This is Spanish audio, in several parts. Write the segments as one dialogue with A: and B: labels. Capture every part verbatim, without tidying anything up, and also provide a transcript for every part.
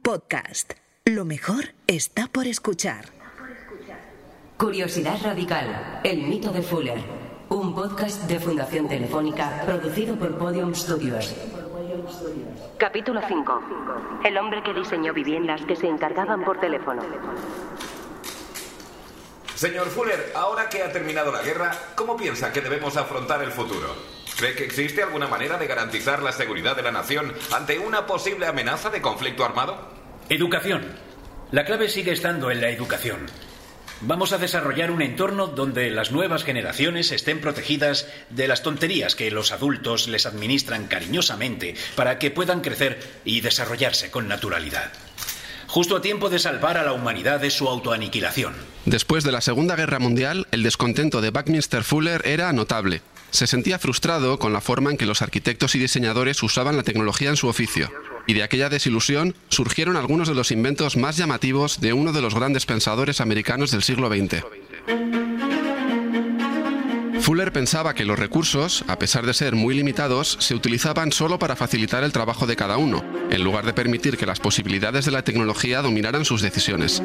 A: Podcast. Lo mejor está por escuchar.
B: Curiosidad radical. El mito de Fuller. Un podcast de Fundación Telefónica producido por Podium Studios. Capítulo cinco. El hombre que diseñó viviendas que se encargaban por teléfono.
C: Señor Fuller, ahora que ha terminado la guerra, ¿cómo piensa que debemos afrontar el futuro? ¿Cree que existe alguna manera de garantizar la seguridad de la nación ante una posible amenaza de conflicto armado?
D: Educación. La clave sigue estando en la educación. Vamos a desarrollar un entorno donde las nuevas generaciones estén protegidas de las tonterías que los adultos les administran cariñosamente para que puedan crecer y desarrollarse con naturalidad. Justo a tiempo de salvar a la humanidad de su autoaniquilación.
E: Después de la Segunda Guerra Mundial, el descontento de Buckminster Fuller era notable. Se sentía frustrado con la forma en que los arquitectos y diseñadores usaban la tecnología en su oficio. Y de aquella desilusión surgieron algunos de los inventos más llamativos de uno de los grandes pensadores americanos del siglo veinte. Fuller pensaba que los recursos, a pesar de ser muy limitados, se utilizaban solo para facilitar el trabajo de cada uno, en lugar de permitir que las posibilidades de la tecnología dominaran sus decisiones.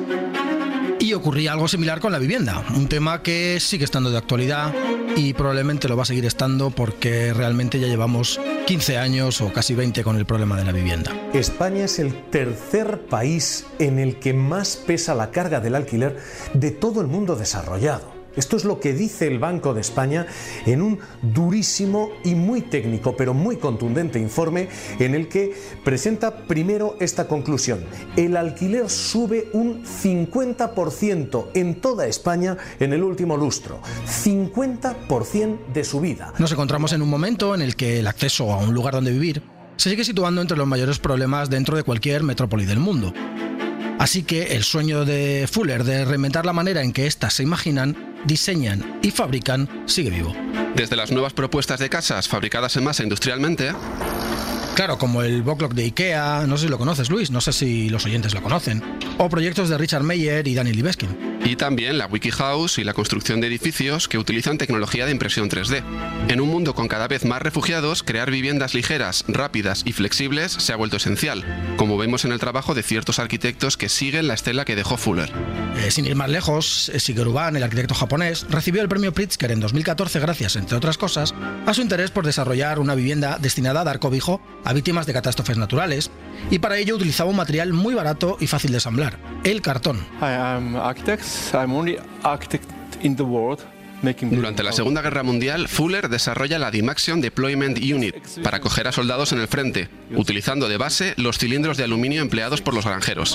F: Y ocurría algo similar con la vivienda, un tema que sigue estando de actualidad y probablemente lo va a seguir estando porque realmente ya llevamos quince años o casi veinte con el problema de la vivienda.
G: España es el tercer país en el que más pesa la carga del alquiler de todo el mundo desarrollado. Esto es lo que dice el Banco de España en un durísimo y muy técnico, pero muy contundente informe en el que presenta primero esta conclusión. El alquiler sube un cincuenta por ciento en toda España en el último lustro. cincuenta por ciento de subida.
F: Nos encontramos en un momento en el que el acceso a un lugar donde vivir se sigue situando entre los mayores problemas dentro de cualquier metrópoli del mundo. Así que el sueño de Fuller de reinventar la manera en que éstas se imaginan, diseñan y fabrican sigue vivo.
E: Desde las nuevas propuestas de casas fabricadas en masa industrialmente...
F: Claro, como el Backlog de Ikea, no sé si lo conoces, Luis, no sé si los oyentes lo conocen, o proyectos de Richard Meyer y Daniel Libeskind.
E: Y también la WikiHouse y la construcción de edificios que utilizan tecnología de impresión tres D. En un mundo con cada vez más refugiados, crear viviendas ligeras, rápidas y flexibles se ha vuelto esencial, como vemos en el trabajo de ciertos arquitectos que siguen la estela que dejó Fuller.
F: Eh, sin ir más lejos, Shigeru Ban, el arquitecto japonés, recibió el premio Pritzker en dos mil catorce gracias, entre otras cosas, a su interés por desarrollar una vivienda destinada a dar cobijo a víctimas de catástrofes naturales, y para ello utilizaba un material muy barato y fácil de ensamblar, el cartón.
H: Hi, I'm architect. I'm only architect in the world.
E: Durante la Segunda Guerra Mundial, Fuller desarrolla la Dymaxion Deployment Unit para acoger a soldados en el frente, utilizando de base los cilindros de aluminio empleados por los granjeros.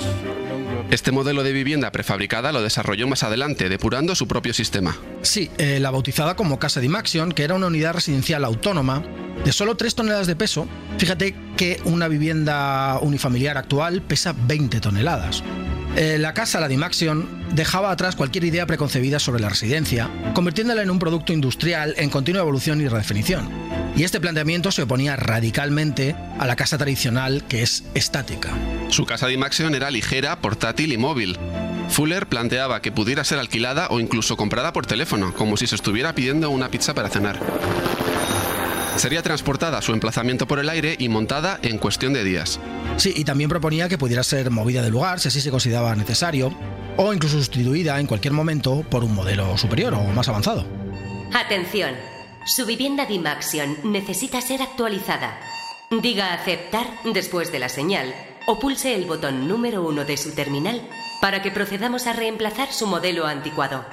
E: Este modelo de vivienda prefabricada lo desarrolló más adelante, depurando su propio sistema.
F: Sí, eh, la bautizada como Casa Dymaxion, que era una unidad residencial autónoma de solo tres toneladas de peso. Fíjate que una vivienda unifamiliar actual pesa veinte toneladas. Eh, la casa, la Dymaxion, dejaba atrás cualquier idea preconcebida sobre la residencia, convirtiéndola en un producto industrial en continua evolución y redefinición. Y este planteamiento se oponía radicalmente a la casa tradicional, que es estática.
E: Su casa Dymaxion era ligera, portátil y móvil. Fuller planteaba que pudiera ser alquilada o incluso comprada por teléfono, como si se estuviera pidiendo una pizza para cenar. Sería transportada a su emplazamiento por el aire y montada en cuestión de días.
F: Sí, y también proponía que pudiera ser movida del lugar si así se consideraba necesario, o incluso sustituida en cualquier momento por un modelo superior o más avanzado.
B: Atención, su vivienda Dymaxion necesita ser actualizada. Diga aceptar después de la señal o pulse el botón número uno de su terminal para que procedamos a reemplazar su modelo anticuado.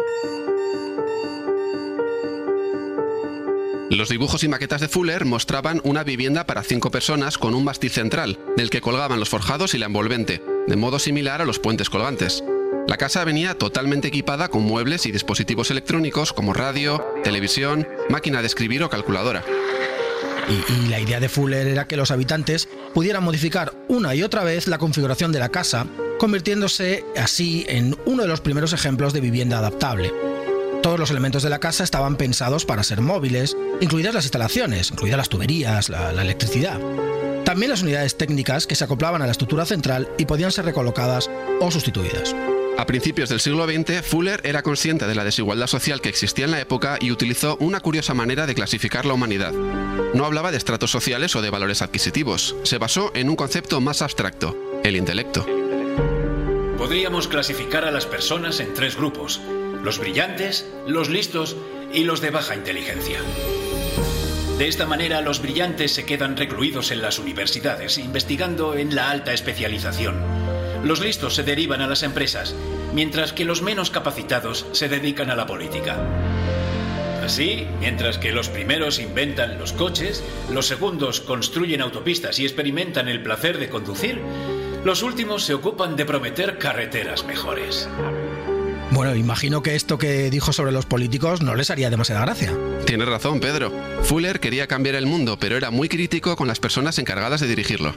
E: Los dibujos y maquetas de Fuller mostraban una vivienda para cinco personas con un mástil central, del que colgaban los forjados y la envolvente, de modo similar a los puentes colgantes. La casa venía totalmente equipada con muebles y dispositivos electrónicos como radio, televisión, máquina de escribir o calculadora.
F: Y, y la idea de Fuller era que los habitantes pudieran modificar una y otra vez la configuración de la casa, convirtiéndose así en uno de los primeros ejemplos de vivienda adaptable. Todos los elementos de la casa estaban pensados para ser móviles, incluidas las instalaciones, incluidas las tuberías, la, la electricidad. También las unidades técnicas que se acoplaban a la estructura central y podían ser recolocadas o sustituidas.
E: A principios del siglo veinte, Fuller era consciente de la desigualdad social que existía en la época y utilizó una curiosa manera de clasificar la humanidad. No hablaba de estratos sociales o de valores adquisitivos, se basó en un concepto más abstracto, el intelecto.
D: Podríamos clasificar a las personas en tres grupos: los brillantes, los listos y los de baja inteligencia. De esta manera, los brillantes se quedan recluidos en las universidades, investigando en la alta especialización. Los listos se derivan a las empresas, mientras que los menos capacitados se dedican a la política. Así, mientras que los primeros inventan los coches, los segundos construyen autopistas y experimentan el placer de conducir, los últimos se ocupan de prometer carreteras mejores.
F: Bueno, imagino que esto que dijo sobre los políticos no les haría demasiada gracia.
E: Tienes razón, Pedro. Fuller quería cambiar el mundo, pero era muy crítico con las personas encargadas de dirigirlo.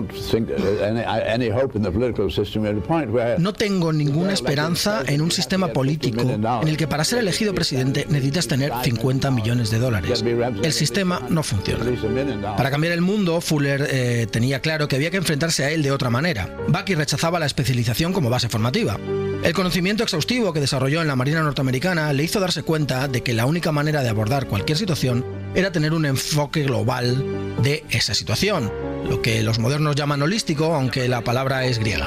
F: No tengo ninguna esperanza en un sistema político en el que para ser elegido presidente necesitas tener cincuenta millones de dólares. El sistema no funciona. Para cambiar el mundo, Fuller eh, tenía claro que había que enfrentarse a él de otra manera. Bucky rechazaba la especialización como base formativa. El conocimiento exhaustivo que desarrolló en la Marina norteamericana le hizo darse cuenta de que la única manera de abordar cualquier situación era tener un enfoque global de esa situación, lo que los modernos llaman holístico, aunque la palabra es griega.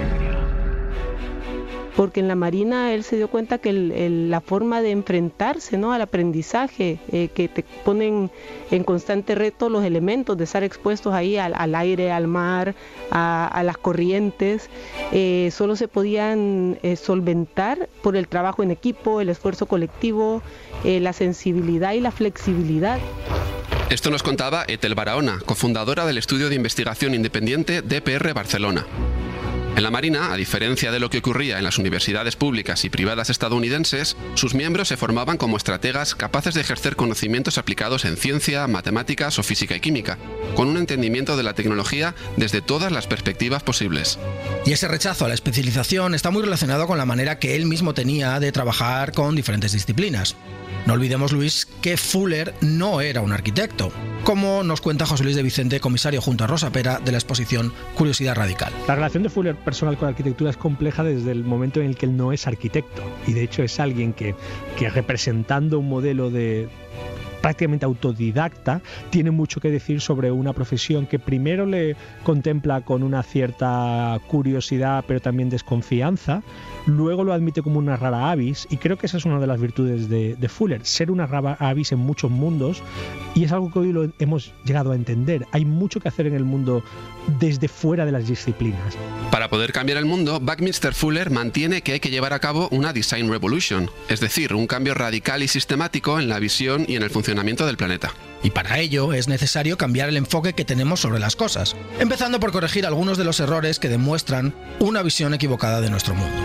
I: Porque en la Marina él se dio cuenta que el, el, la forma de enfrentarse, ¿no?, al aprendizaje, eh, que te ponen en constante reto los elementos de estar expuestos ahí al, al aire, al mar, a, a las corrientes, eh, solo se podían eh, solventar por el trabajo en equipo, el esfuerzo colectivo, eh, la sensibilidad y la flexibilidad.
E: Esto nos contaba Ethel Barahona, cofundadora del estudio de investigación independiente D P R Barcelona. En la Marina, a diferencia de lo que ocurría en las universidades públicas y privadas estadounidenses, sus miembros se formaban como estrategas capaces de ejercer conocimientos aplicados en ciencia, matemáticas o física y química, con un entendimiento de la tecnología desde todas las perspectivas posibles.
F: Y ese rechazo a la especialización está muy relacionado con la manera que él mismo tenía de trabajar con diferentes disciplinas. No olvidemos, Luis, que Fuller no era un arquitecto, como nos cuenta José Luis de Vicente, comisario junto a Rosa Pera de la exposición Curiosidad Radical.
J: La relación de Fuller personal con la arquitectura es compleja desde el momento en el que él no es arquitecto, y de hecho es alguien que, que representando un modelo de prácticamente autodidacta, tiene mucho que decir sobre una profesión que primero le contempla con una cierta curiosidad pero también desconfianza, luego lo admite como una rara avis, y creo que esa es una de las virtudes de, de Fuller, ser una rara avis en muchos mundos, y es algo que hoy lo hemos llegado a entender. Hay mucho que hacer en el mundo desde fuera de las disciplinas.
E: Para poder cambiar el mundo, Buckminster Fuller mantiene que hay que llevar a cabo una Design Revolution, es decir, un cambio radical y sistemático en la visión y en el funcionamiento del planeta.
F: Y para ello es necesario cambiar el enfoque que tenemos sobre las cosas, empezando por corregir algunos de los errores que demuestran una visión equivocada de nuestro mundo.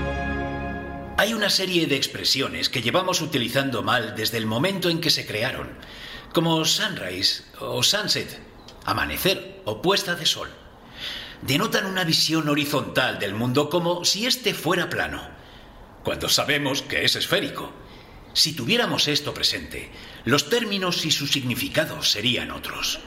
D: Hay una serie de expresiones que llevamos utilizando mal desde el momento en que se crearon, como sunrise o sunset, amanecer o puesta de sol. Denotan una visión horizontal del mundo como si éste fuera plano, cuando sabemos que es esférico. Si tuviéramos esto presente, los términos y su significado serían otros.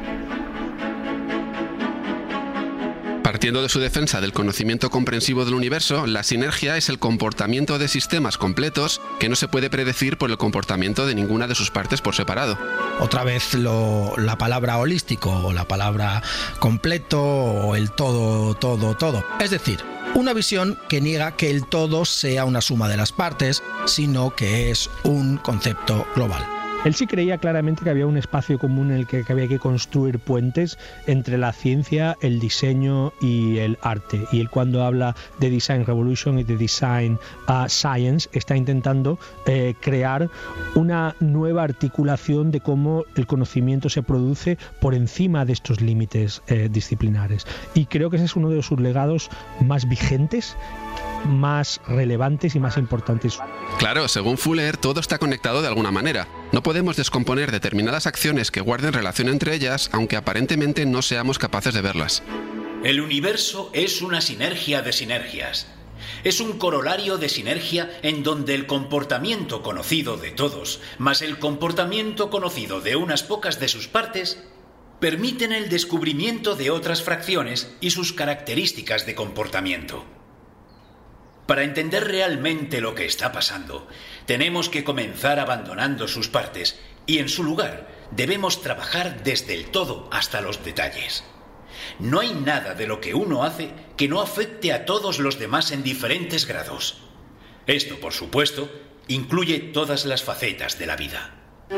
E: Partiendo de su defensa del conocimiento comprensivo del universo, la sinergia es el comportamiento de sistemas completos que no se puede predecir por el comportamiento de ninguna de sus partes por separado.
F: Otra vez lo, la palabra holístico, o la palabra completo, o el todo, todo, todo. Es decir, una visión que niega que el todo sea una suma de las partes, sino que es un concepto global.
J: Él sí creía claramente que había un espacio común en el que había que construir puentes entre la ciencia, el diseño y el arte. Y él, cuando habla de Design Revolution y de Design uh, Science, está intentando eh, crear una nueva articulación de cómo el conocimiento se produce por encima de estos límites eh, disciplinares. Y creo que ese es uno de sus legados más vigentes, más relevantes y más importantes.
E: Claro, según Fuller, todo está conectado de alguna manera. No podemos descomponer determinadas acciones que guarden relación entre ellas, aunque aparentemente no seamos capaces de verlas.
D: El universo es una sinergia de sinergias. Es un corolario de sinergia en donde el comportamiento conocido de todos, más el comportamiento conocido de unas pocas de sus partes, permiten el descubrimiento de otras fracciones y sus características de comportamiento. Para entender realmente lo que está pasando, tenemos que comenzar abandonando sus partes y en su lugar debemos trabajar desde el todo hasta los detalles. No hay nada de lo que uno hace que no afecte a todos los demás en diferentes grados. Esto, por supuesto, incluye todas las facetas de la vida.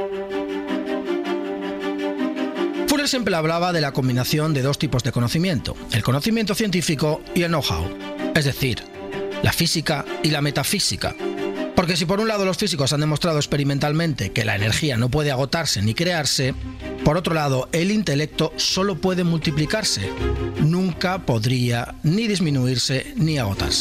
F: Fuller siempre hablaba de la combinación de dos tipos de conocimiento, el conocimiento científico y el know-how, es decir, la física y la metafísica. Porque si por un lado los físicos han demostrado experimentalmente que la energía no puede agotarse ni crearse, por otro lado el intelecto solo puede multiplicarse, nunca podría ni disminuirse ni agotarse.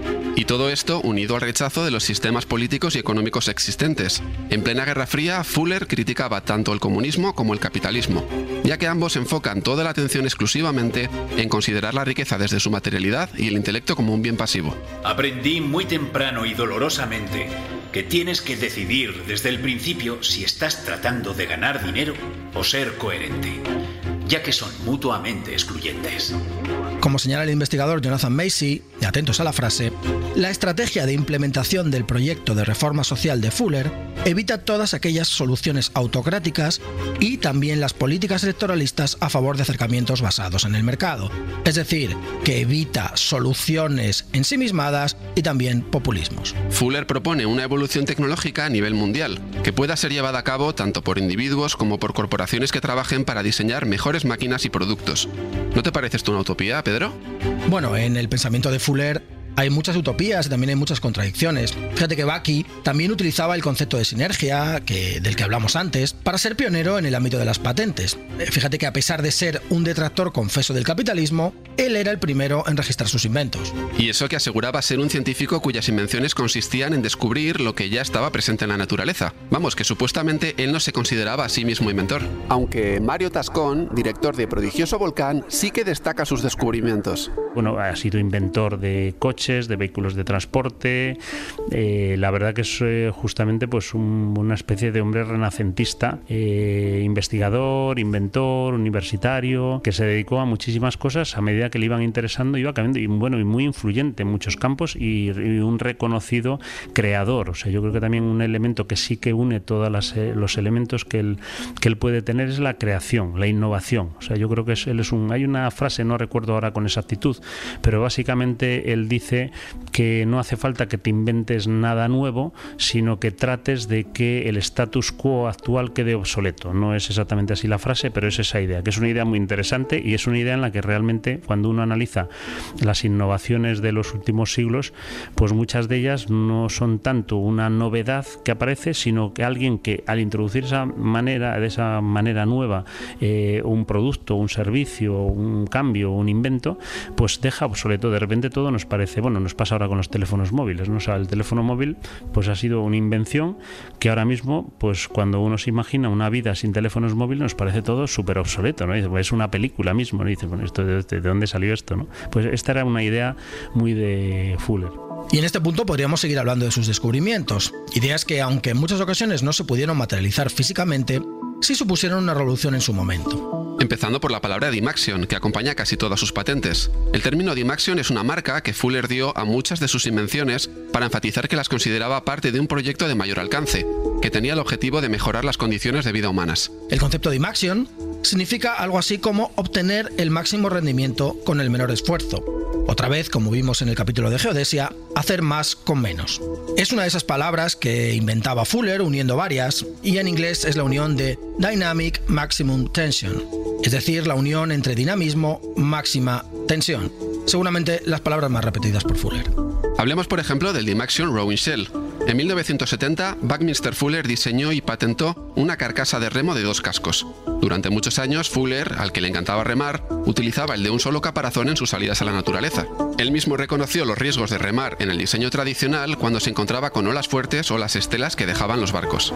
E: Y todo esto unido al rechazo de los sistemas políticos y económicos existentes. En plena Guerra Fría, Fuller criticaba tanto el comunismo como el capitalismo, ya que ambos enfocan toda la atención exclusivamente en considerar la riqueza desde su materialidad y el intelecto como un bien pasivo.
D: Aprendí muy temprano y dolorosamente que tienes que decidir desde el principio si estás tratando de ganar dinero o ser coherente, ya que son mutuamente excluyentes.
F: Como señala el investigador Jonathan Macy, y atentos a la frase, la estrategia de implementación del proyecto de reforma social de Fuller evita todas aquellas soluciones autocráticas y también las políticas electoralistas a favor de acercamientos basados en el mercado. Es decir, que evita soluciones ensimismadas y también populismos.
E: Fuller propone una evolución tecnológica a nivel mundial, que pueda ser llevada a cabo tanto por individuos como por corporaciones que trabajen para diseñar mejores máquinas y productos. ¿No te parece esto una utopía, Pedro?
F: Bueno, en el pensamiento de Fuller hay muchas utopías y también hay muchas contradicciones. Fíjate que Bucky también utilizaba el concepto de sinergia, que, del que hablamos antes, para ser pionero en el ámbito de las patentes. Fíjate que a pesar de ser un detractor confeso del capitalismo, él era el primero en registrar sus inventos.
E: Y eso que aseguraba ser un científico cuyas invenciones consistían en descubrir lo que ya estaba presente en la naturaleza. Vamos, que supuestamente él no se consideraba a sí mismo inventor.
K: Aunque Mario Tascón, director de Prodigioso Volcán, sí que destaca sus descubrimientos.
J: Bueno, ha sido inventor de coches, de vehículos de transporte. Eh, la verdad que es eh, justamente pues un, una especie de hombre renacentista, eh, investigador, inventor, universitario, que se dedicó a muchísimas cosas a medida que le iban interesando, iba cambiando, y bueno, y muy influyente en muchos campos y, y un reconocido creador. O sea, yo creo que también un elemento que sí que une todos los elementos que él, que él puede tener es la creación, la innovación. O sea, yo creo que es, él es un... Hay una frase, no recuerdo ahora con exactitud, pero básicamente él dice que no hace falta que te inventes nada nuevo, sino que trates de que el status quo actual quede obsoleto. No es exactamente así la frase, pero es esa idea, que es una idea muy interesante y es una idea en la que realmente cuando uno analiza las innovaciones de los últimos siglos, pues muchas de ellas no son tanto una novedad que aparece, sino que alguien que al introducir esa manera, de esa manera nueva, eh, un producto, un servicio, un cambio, un invento, pues deja obsoleto. De repente todo nos parece, bueno, nos pasa ahora con los teléfonos móviles, ¿no? O sea, el teléfono móvil pues ha sido una invención que ahora mismo, pues cuando uno se imagina una vida sin teléfonos móviles, nos parece todo súper obsoleto, ¿no? Dice, pues es una película mismo, ¿no? Dice, bueno, esto, ¿de, de dónde salió esto, no? Pues esta era una idea muy de Fuller.
F: Y en este punto podríamos seguir hablando de sus descubrimientos, ideas que, aunque en muchas ocasiones no se pudieron materializar físicamente, sí supusieron una revolución en su momento.
E: Empezando por la palabra Dymaxion, que acompaña casi todas sus patentes. El término Dymaxion es una marca que Fuller dio a muchas de sus invenciones para enfatizar que las consideraba parte de un proyecto de mayor alcance, que tenía el objetivo de mejorar las condiciones de vida humanas.
F: El concepto Dymaxion significa algo así como obtener el máximo rendimiento con el menor esfuerzo. Otra vez, como vimos en el capítulo de geodesia, hacer más con menos. Es una de esas palabras que inventaba Fuller uniendo varias, y en inglés es la unión de Dynamic Maximum Tension, es decir, la unión entre dinamismo, máxima tensión. Seguramente las palabras más repetidas por Fuller.
E: Hablemos, por ejemplo, del Dymaxion Rowing Shell. En mil novecientos setenta, Buckminster Fuller diseñó y patentó una carcasa de remo de dos cascos. Durante muchos años, Fuller, al que le encantaba remar, utilizaba el de un solo caparazón en sus salidas a la naturaleza. Él mismo reconoció los riesgos de remar en el diseño tradicional cuando se encontraba con olas fuertes o las estelas que dejaban los barcos.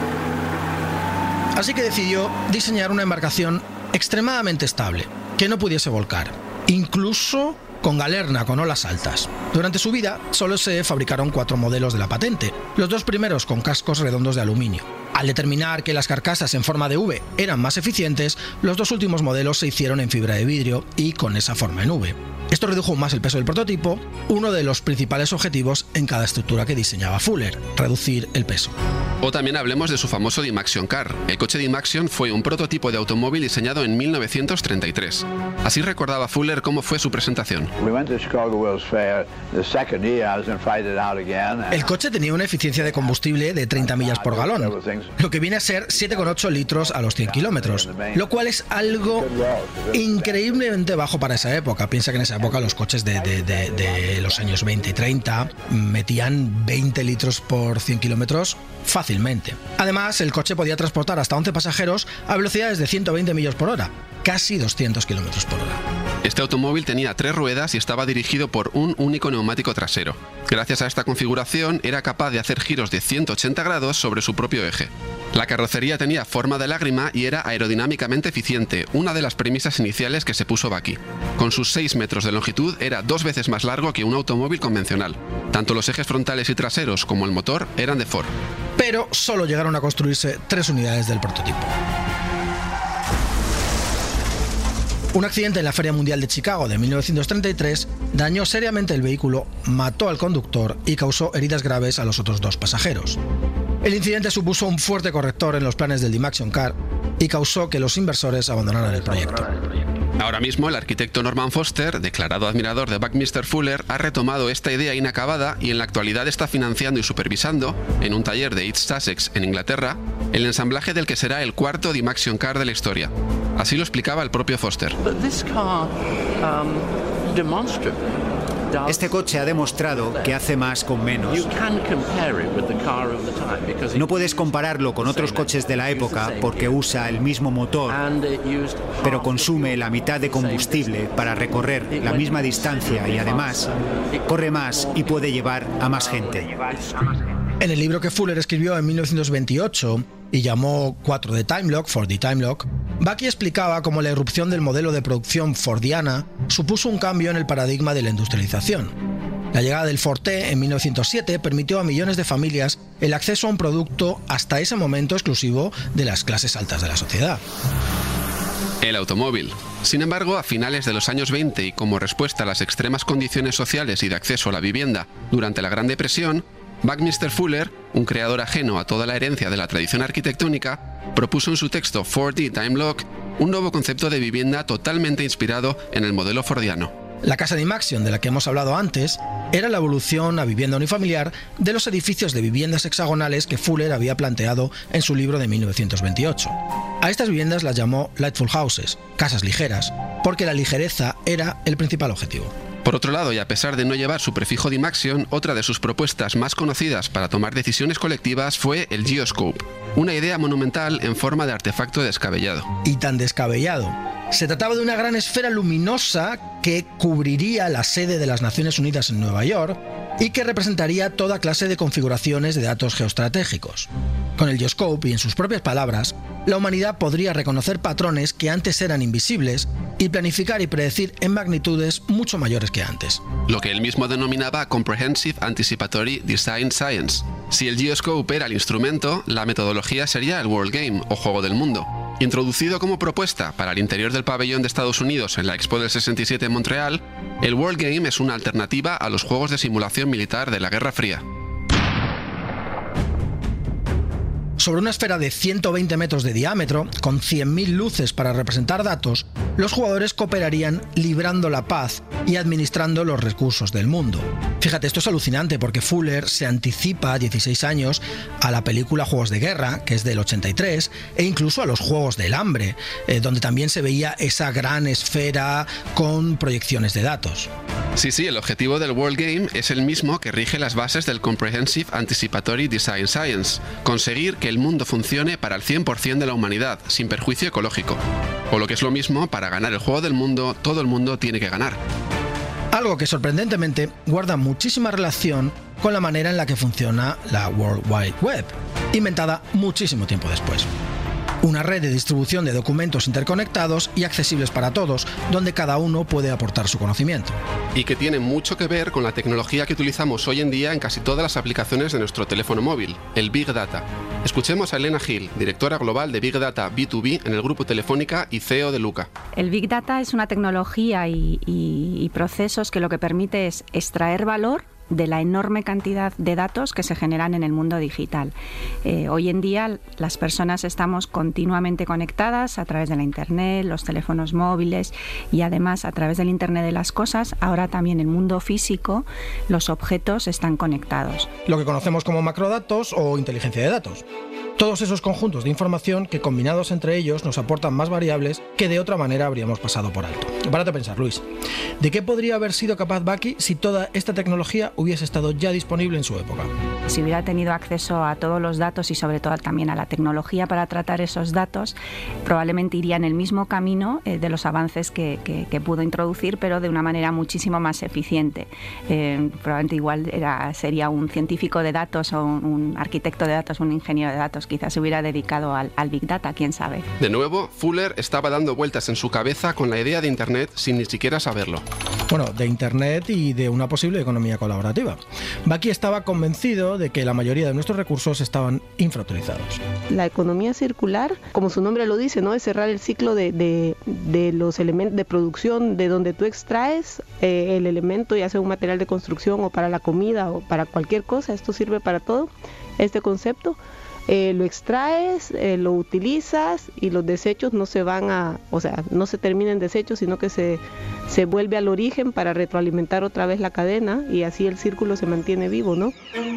F: Así que decidió diseñar una embarcación extremadamente estable, que no pudiese volcar, incluso con galerna con olas altas. Durante su vida solo se fabricaron cuatro modelos de la patente, los dos primeros con cascos redondos de aluminio. Al determinar que las carcasas en forma de V eran más eficientes, los dos últimos modelos se hicieron en fibra de vidrio y con esa forma en V. Esto redujo más el peso del prototipo, uno de los principales objetivos en cada estructura que diseñaba Fuller, reducir el peso.
E: O también hablemos de su famoso Dymaxion Car. El coche Dymaxion fue un prototipo de automóvil diseñado en mil novecientos treinta y tres. Así recordaba Fuller cómo fue su presentación.
F: El coche tenía una eficiencia de combustible de treinta millas por galón, lo que viene a ser siete coma ocho litros a los cien kilómetros, lo cual es algo increíblemente bajo para esa época. Piensa que en esa época los coches de, de, de, de los años veinte y treinta metían veinte litros por cien kilómetros fácilmente. Además, el coche podía transportar hasta once pasajeros a velocidades de ciento veinte millas por hora, casi doscientos kilómetros por hora.
E: Este automóvil tenía tres ruedas y estaba dirigido por un único neumático trasero. Gracias a esta configuración era capaz de hacer giros de ciento ochenta grados sobre su propio eje. La carrocería tenía forma de lágrima y era aerodinámicamente eficiente, una de las premisas iniciales que se puso Bakky. Con sus seis metros de longitud era dos veces más largo que un automóvil convencional. Tanto los ejes frontales y traseros como el motor eran de Ford.
F: Pero solo llegaron a construirse tres unidades del prototipo. Un accidente en la Feria Mundial de Chicago de mil novecientos treinta y tres dañó seriamente el vehículo, mató al conductor y causó heridas graves a los otros dos pasajeros. El incidente supuso un fuerte corrector en los planes del Dymaxion Car y causó que los inversores abandonaran el proyecto.
E: Ahora mismo el arquitecto Norman Foster, declarado admirador de Buckminster Fuller, ha retomado esta idea inacabada y en la actualidad está financiando y supervisando, en un taller de East Sussex en Inglaterra, el ensamblaje del que será el cuarto Dymaxion Car de la historia. Así lo explicaba el propio Foster.
L: Este coche ha demostrado que hace más con menos. No puedes compararlo con otros coches de la época porque usa el mismo motor, pero consume la mitad de combustible para recorrer la misma distancia y además corre más y puede llevar a más gente.
F: En el libro que Fuller escribió en mil novecientos veintiocho y llamó cuatro D Time Lock, cuatro D Time Lock, Bakky explicaba cómo la irrupción del modelo de producción fordiana supuso un cambio en el paradigma de la industrialización. La llegada del Ford T en mil novecientos siete permitió a millones de familias el acceso a un producto hasta ese momento exclusivo de las clases altas de la sociedad.
E: El automóvil. Sin embargo, a finales de los años veinte y como respuesta a las extremas condiciones sociales y de acceso a la vivienda durante la Gran Depresión, Buckminster Fuller, un creador ajeno a toda la herencia de la tradición arquitectónica, propuso en su texto cuatro D Time Lock un nuevo concepto de vivienda totalmente inspirado en el modelo fordiano.
F: La casa Dymaxion, de la que hemos hablado antes, era la evolución a vivienda unifamiliar de los edificios de viviendas hexagonales que Fuller había planteado en su libro de mil novecientos veintiocho. A estas viviendas las llamó Lightful Houses, casas ligeras, porque la ligereza era el principal objetivo.
E: Por otro lado, y a pesar de no llevar su prefijo Dymaxion, otra de sus propuestas más conocidas para tomar decisiones colectivas fue el Geoscope, una idea monumental en forma de artefacto descabellado.
F: Y tan descabellado. Se trataba de una gran esfera luminosa que cubriría la sede de las Naciones Unidas en Nueva York y que representaría toda clase de configuraciones de datos geoestratégicos. Con el Geoscope y en sus propias palabras, la humanidad podría reconocer patrones que antes eran invisibles y planificar y predecir en magnitudes mucho mayores que antes.
E: Lo que él mismo denominaba Comprehensive Anticipatory Design Science. Si el Geoscope era el instrumento, la metodología sería el World Game o Juego del Mundo. Introducido como propuesta para el interior del pabellón de Estados Unidos en la Expo del sesenta y siete en Montreal, el World Game es una alternativa a los juegos de simulación militar de la Guerra Fría.
F: Sobre una esfera de ciento veinte metros de diámetro, con cien mil luces para representar datos, los jugadores cooperarían librando la paz y administrando los recursos del mundo. Fíjate, esto es alucinante porque Fuller se anticipa dieciséis años a la película Juegos de Guerra, que es del ochenta y tres, e incluso a los Juegos del Hambre, eh, donde también se veía esa gran esfera con proyecciones de datos.
E: Sí, sí, el objetivo del World Game es el mismo que rige las bases del Comprehensive Anticipatory Design Science, conseguir que el mundo funcione para el cien por ciento de la humanidad, sin perjuicio ecológico. O lo que es lo mismo, para ganar el juego del mundo, todo el mundo tiene que ganar.
F: Algo que sorprendentemente guarda muchísima relación con la manera en la que funciona la World Wide Web, inventada muchísimo tiempo después. Una red de distribución de documentos interconectados y accesibles para todos, donde cada uno puede aportar su conocimiento.
E: Y que tiene mucho que ver con la tecnología que utilizamos hoy en día en casi todas las aplicaciones de nuestro teléfono móvil, el Big Data. Escuchemos a Elena Gil, directora global de Big Data B dos B en el Grupo Telefónica y C E O de Luca.
M: El Big Data es una tecnología y, y, y procesos que lo que permite es extraer valor de la enorme cantidad de datos que se generan en el mundo digital. Eh, hoy en día las personas estamos continuamente conectadas a través de la Internet, los teléfonos móviles y además a través del Internet de las cosas, ahora también el mundo físico, los objetos están conectados.
F: Lo que conocemos como macrodatos o inteligencia de datos. Todos esos conjuntos de información que combinados entre ellos nos aportan más variables que de otra manera habríamos pasado por alto. Párate a pensar, Luis, ¿de qué podría haber sido capaz Bucky si toda esta tecnología hubiese estado ya disponible en su época?
M: Si hubiera tenido acceso a todos los datos y sobre todo también a la tecnología para tratar esos datos, probablemente iría en el mismo camino eh, de los avances que, que, que pudo introducir, pero de una manera muchísimo más eficiente. Eh, probablemente igual era, sería un científico de datos o un, un arquitecto de datos, un ingeniero de datos. Quizás se hubiera dedicado al, al Big Data, quién sabe.
E: De nuevo, Fuller estaba dando vueltas en su cabeza con la idea de Internet sin ni siquiera saberlo.
F: Bueno, de Internet y de una posible economía colaborativa. Bucky estaba convencido de que la mayoría de nuestros recursos estaban infrautilizados.
I: La economía circular, como su nombre lo dice, ¿no? Es cerrar el ciclo de, de, de los elementos de producción, de donde tú extraes eh, el elemento, ya sea un material de construcción o para la comida o para cualquier cosa. Esto sirve para todo, este concepto. Eh, lo extraes, eh, lo utilizas y los desechos no se van a, o sea, no se terminan en desechos, sino que se, se vuelve al origen para retroalimentar otra vez la cadena y así el círculo se mantiene vivo, ¿no?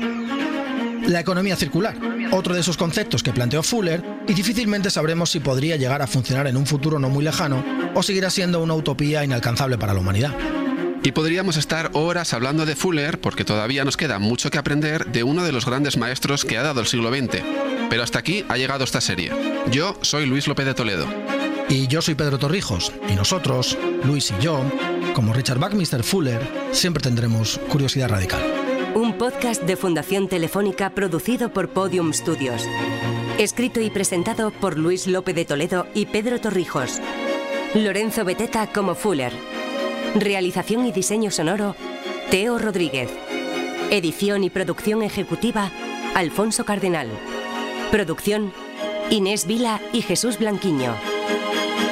F: La economía circular, otro de esos conceptos que planteó Fuller, y difícilmente sabremos si podría llegar a funcionar en un futuro no muy lejano o seguirá siendo una utopía inalcanzable para la humanidad.
E: Y podríamos estar horas hablando de Fuller porque todavía nos queda mucho que aprender de uno de los grandes maestros que ha dado el siglo veinte. Pero hasta aquí ha llegado esta serie. Yo soy Luis López de Toledo.
F: Y yo soy Pedro Torrijos. Y nosotros, Luis y yo, como Richard Buckminster Fuller, siempre tendremos curiosidad radical.
B: Un podcast de Fundación Telefónica producido por Podium Studios. Escrito y presentado por Luis López de Toledo y Pedro Torrijos. Lorenzo Beteta como Fuller. Realización y diseño sonoro, Teo Rodríguez. Edición y producción ejecutiva, Alfonso Cardenal. Producción, Inés Vila y Jesús Blanquiño.